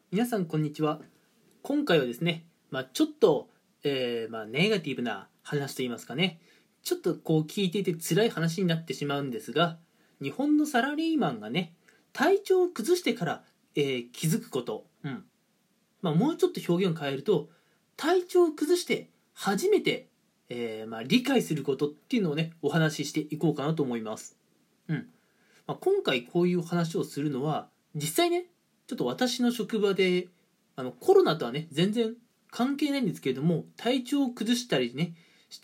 皆さんこんにちは。今回はですね、ちょっと、ネガティブな話といいますかね、ちょっと聞いていて辛い話になってしまうんですが、日本のサラリーマンがね、体調を崩してから、気づくこと、もうちょっと表現を変えると、体調を崩して初めて、理解することっていうのをね、お話ししていこうかなと思います。今回こういう話をするのは、実際ね、ちょっと私の職場でコロナとはね全然関係ないんですけれども、体調を崩したりねして、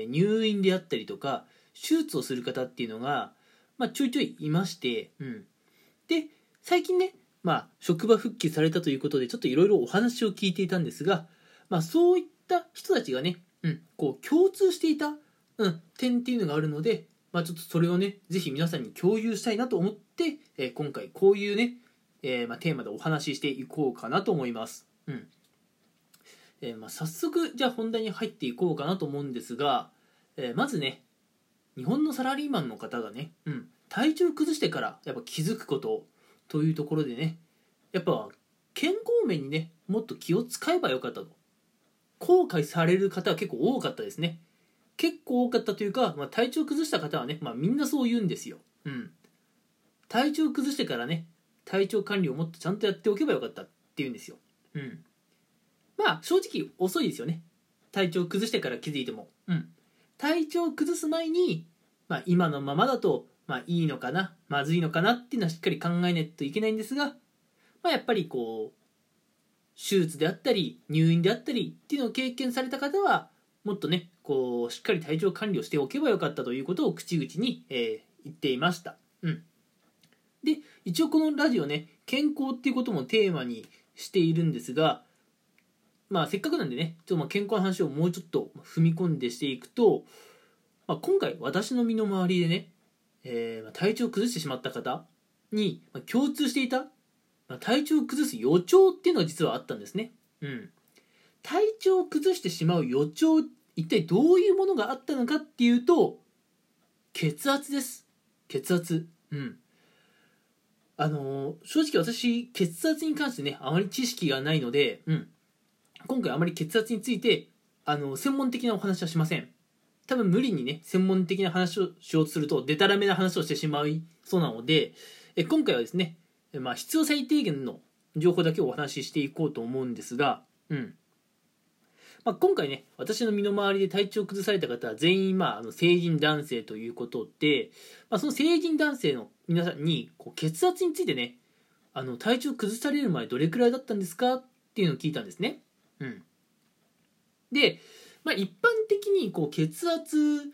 入院であったりとか手術をする方っていうのが、ちょいちょいいまして、で最近ね、職場復帰されたということでちょっといろいろお話を聞いていたんですが、そういった人たちがね、共通していた、点っていうのがあるので、ちょっとそれをねぜひ皆さんに共有したいなと思って、今回こういうねテーマでお話ししていこうかなと思います。早速じゃあ本題に入っていこうかなと思うんですが、まずね、日本のサラリーマンの方がね、体調を崩してからやっぱ気づくことというところでね、やっぱ健康面にねもっと気を使えばよかったと後悔される方は結構多かったですね。結構多かったというか、体調を崩した方はね、みんなそう言うんですよ。体調を崩してからね、体調管理をもっとちゃんとやっておけばよかったって言うんですよ。正直遅いですよね。体調を崩してから気づいても。体調を崩す前に、今のままだと、いいのかな、まずいのかなっていうのはしっかり考えないといけないんですが、やっぱり手術であったり入院であったりっていうのを経験された方は、もっとね、しっかり体調管理をしておけばよかったということを口々に、言っていました。で、一応このラジオね、健康っていうこともテーマにしているんですが、せっかくなんでね、ちょっと健康の話をもうちょっと踏み込んでしていくと、今回私の身の回りでね、体調を崩してしまった方に、共通していた、体調を崩す予兆っていうのが実はあったんですね。体調を崩してしまう予兆、一体どういうものがあったのかっていうと、血圧です。血圧。正直私血圧に関してねあまり知識がないので、今回あまり血圧について専門的なお話はしません。多分無理にね専門的な話をしようとするとデタラメな話をしてしまいそうなので、今回はですね、必要最低限の情報だけをお話ししていこうと思うんですが、今回ね私の身の回りで体調を崩された方は全員成人男性ということで、その成人男性の皆さんに血圧についてね体調を崩される前どれくらいだったんですかっていうのを聞いたんですね。で、一般的に血圧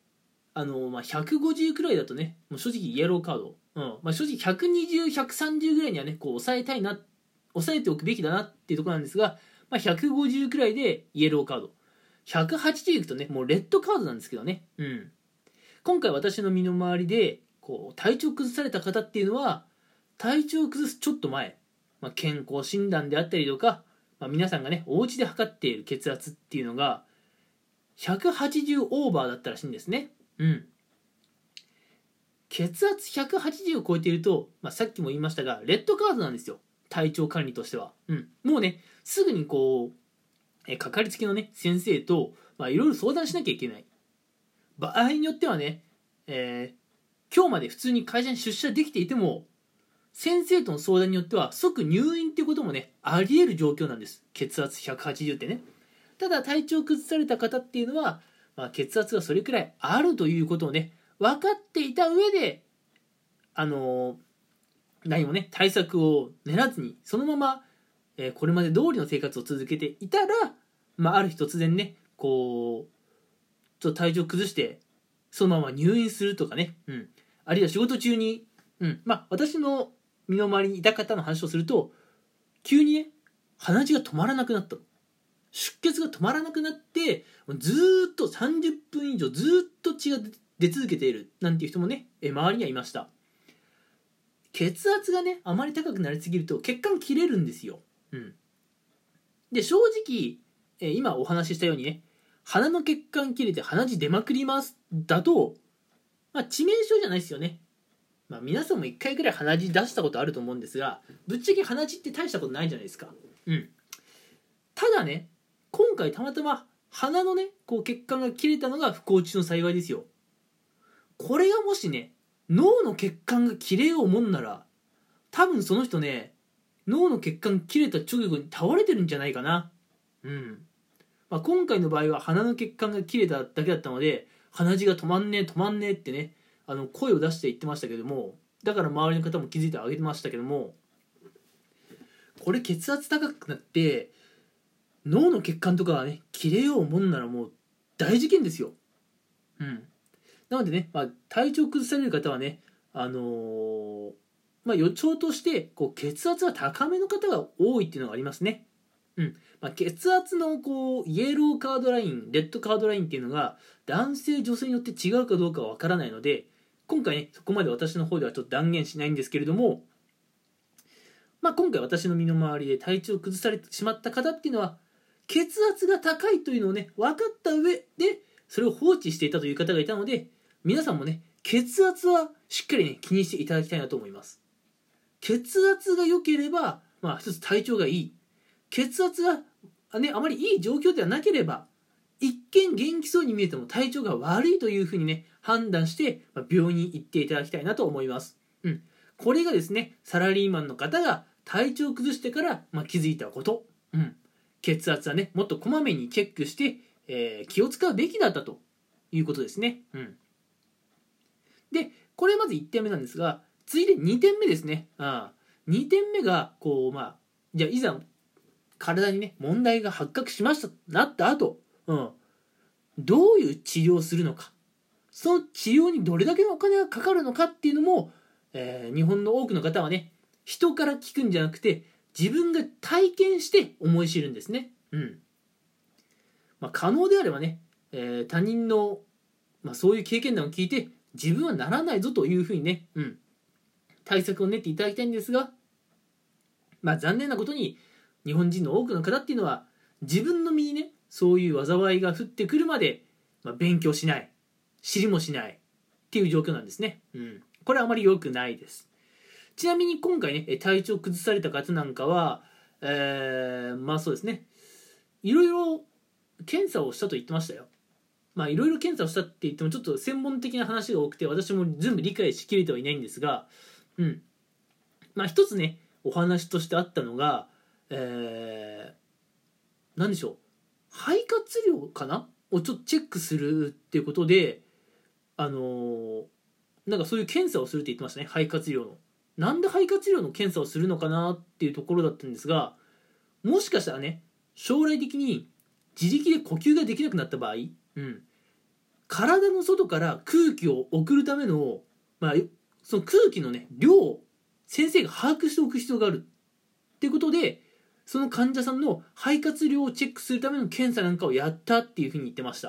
150くらいだとねもう正直イエローカード、正直120130ぐらいにはね抑えたいな、抑えておくべきだなっていうところなんですが、150くらいでイエローカード、180いくとねもうレッドカードなんですけどね。今回私の身の回りで体調崩された方っていうのは体調を崩すちょっと前、健康診断であったりとか、皆さんがねお家で測っている血圧っていうのが180オーバーだったらしいんですね。血圧180を超えていると、さっきも言いましたがレッドカードなんですよ、体調管理としては。もうねすぐにかかりつけのね先生といろいろ相談しなきゃいけない。場合によってはね、今日まで普通に会社に出社できていても先生との相談によっては即入院っていうこともねあり得る状況なんです、血圧180ってね。ただ体調を崩された方っていうのは、血圧がそれくらいあるということをね分かっていた上で何もね対策を練らずにそのまま、これまで通りの生活を続けていたら、ある日突然ねちょっと体調崩してそのまま入院するとかね、あるいは仕事中に、私の身の回りにいた方の話をすると急にね鼻血が止まらなくなったの、出血が止まらなくなってずーっと30分以上ずっと血が出続けているなんていう人もね周りにはいました。血圧がねあまり高くなりすぎると血管切れるんですよ。で正直、今お話ししたようにね鼻の血管切れて鼻血出まくりますだと、致命傷じゃないですよね。 皆さんも1回ぐらい鼻血出したことあると思うんですが、ぶっちゃけ鼻血って大したことないじゃないですか。ただね、今回たまたま鼻のね血管が切れたのが不幸中の幸いですよ。これがもしね脳の血管が切れようもんなら、多分その人ね脳の血管切れた直後に倒れてるんじゃないかな。今回の場合は鼻の血管が切れただけだったので、鼻血が止まんねえ止まんねえってね声を出して言ってましたけども、だから周りの方も気づいてあげてましたけども、これ血圧高くなって脳の血管とかがね切れようもんならもう大事件ですよ。なのでね、体調崩される方はね予兆として血圧が高めの方が多いっていうのがありますね。血圧のイエローカードライン、レッドカードラインっていうのが男性女性によって違うかどうかは分からないので、今回ねそこまで私の方ではちょっと断言しないんですけれども、今回私の身の回りで体調を崩されてしまった方っていうのは血圧が高いというのをね分かった上でそれを放置していたという方がいたので、皆さんもね血圧はしっかりね気にしていただきたいなと思います。血圧が良ければ一つ体調がいい、血圧があまりいい状況ではなければ一見元気そうに見えても体調が悪いというふうにね判断して病院に行っていただきたいなと思います。これがですねサラリーマンの方が体調を崩してから気づいたこと、血圧はねもっとこまめにチェックして、気を使うべきだったということですね。でこれまず1点目なんですが、次いで2点目ですね。2点目がじゃあいざ体にね問題が発覚しましたとなった後、どういう治療をするのか、その治療にどれだけのお金がかかるのかっていうのも、日本の多くの方はね人から聞くんじゃなくて自分が体験して思い知るんですね。可能であればね、他人の、そういう経験談を聞いて自分はならないぞというふうにね、対策を練っていただきたいんですが、残念なことに日本人の多くの方っていうのは自分の身にねそういう災いが降ってくるまで、勉強しない、知りもしないっていう状況なんですね。これはあまり良くないです。ちなみに今回ね体調を崩された方なんかは、そうですね、いろいろ検査をしたと言ってましたよ。いろいろ検査をしたって言ってもちょっと専門的な話が多くて私も全部理解しきれてはいないんですが、一つねお話としてあったのが、何でしょう、肺活量かなをちょっとチェックするっていうことで、そういう検査をするって言ってましたね。肺活量のなんで肺活量の検査をするのかなっていうところだったんですが、もしかしたらね将来的に自力で呼吸ができなくなった場合、体の外から空気を送るための、その空気のね量を先生が把握しておく必要があるっていうことで、その患者さんの肺活量をチェックするための検査なんかをやったっていうふうに言ってました。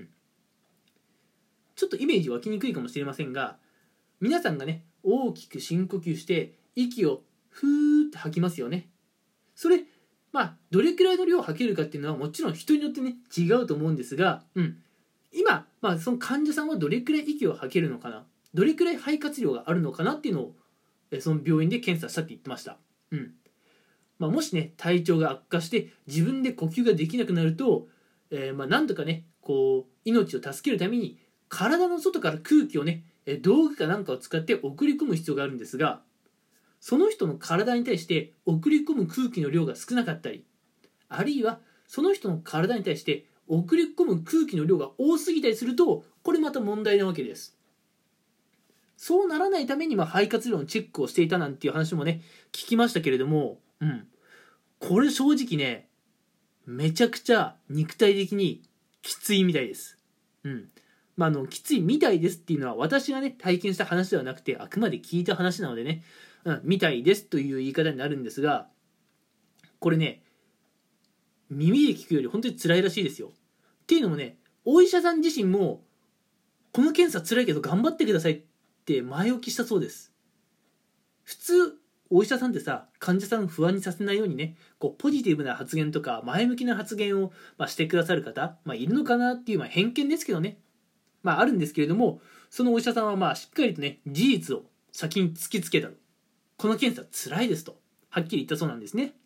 ちょっとイメージ湧きにくいかもしれませんが、皆さんがね大きく深呼吸して息をふーって吐きますよね。それどれくらいの量を吐けるかっていうのはもちろん人によってね違うと思うんですが、今、その患者さんはどれくらい息を吐けるのかな、どれくらい肺活量があるのかなっていうのをその病院で検査したって言ってました。もしね体調が悪化して自分で呼吸ができなくなると、なんとかね命を助けるために体の外から空気をね道具かなんかを使って送り込む必要があるんですが、その人の体に対して送り込む空気の量が少なかったり、あるいはその人の体に対して送り込む空気の量が多すぎたりすると、これまた問題なわけです。そうならないために肺活量のチェックをしていたなんていう話もね聞きましたけれども、これ正直ねめちゃくちゃ肉体的にきついみたいです。きついみたいですっていうのは私がね体験した話ではなくてあくまで聞いた話なのでね、みたいですという言い方になるんですが、これね耳で聞くより本当に辛いらしいですよ。っていうのもねお医者さん自身もこの検査辛いけど頑張ってくださいって前置きしたそうです。普通お医者さんってさ患者さんを不安にさせないようにねポジティブな発言とか前向きな発言を、してくださる方、いるのかなっていう、偏見ですけどね、あるんですけれども、そのお医者さんはしっかりとね事実を先に突きつけた。この検査辛いですとはっきり言ったそうなんですね。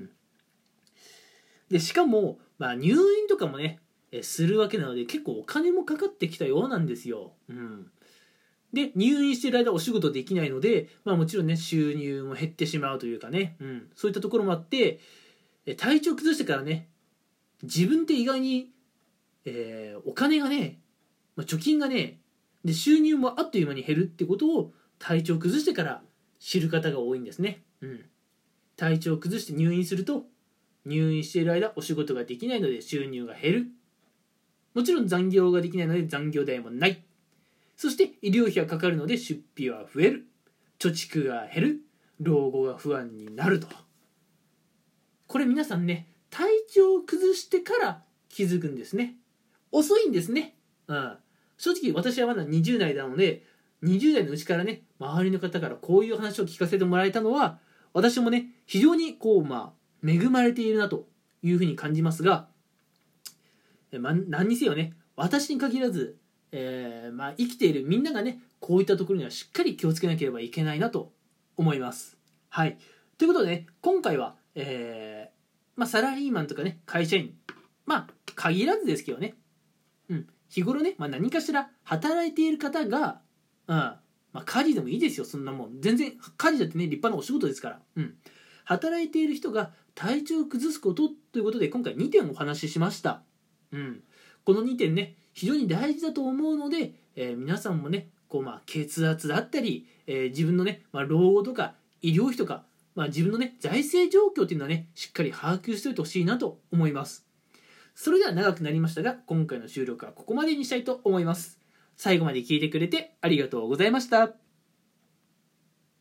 でしかも、入院とかもねするわけなので結構お金もかかってきたようなんですよ。で入院している間お仕事できないので、もちろんね収入も減ってしまうというかね、そういったところもあって体調崩してからね自分って意外に、お金がね、貯金がねで収入もあっという間に減るってことを体調崩してから知る方が多いんですね。体調崩して入院すると入院している間お仕事ができないので収入が減る。もちろん残業ができないので残業代もない。そして医療費がかかるので出費は増える。貯蓄が減る。老後が不安になると。これ皆さんね体調を崩してから気づくんですね。遅いんですね。正直私はまだ20代なので20代のうちからね周りの方からこういう話を聞かせてもらえたのは私もね非常に恵まれているなというふうに感じますが、何にせよね私に限らず、生きているみんながねこういったところにはしっかり気をつけなければいけないなと思います。はい、ということでね今回は、サラリーマンとかね会社員限らずですけどね、日頃ね、何かしら働いている方が、家事でもいいですよ。そんなもん全然家事だってね立派なお仕事ですから、働いている人が体調を崩すことということで今回2点お話ししました。この2点ね非常に大事だと思うので、皆さんもね血圧だったり、自分のね、老後とか医療費とか、自分のね財政状況っていうのはねしっかり把握しておいてほしいなと思います。それでは長くなりましたが今回の収録はここまでにしたいと思います。最後まで聞いてくれてありがとうございました。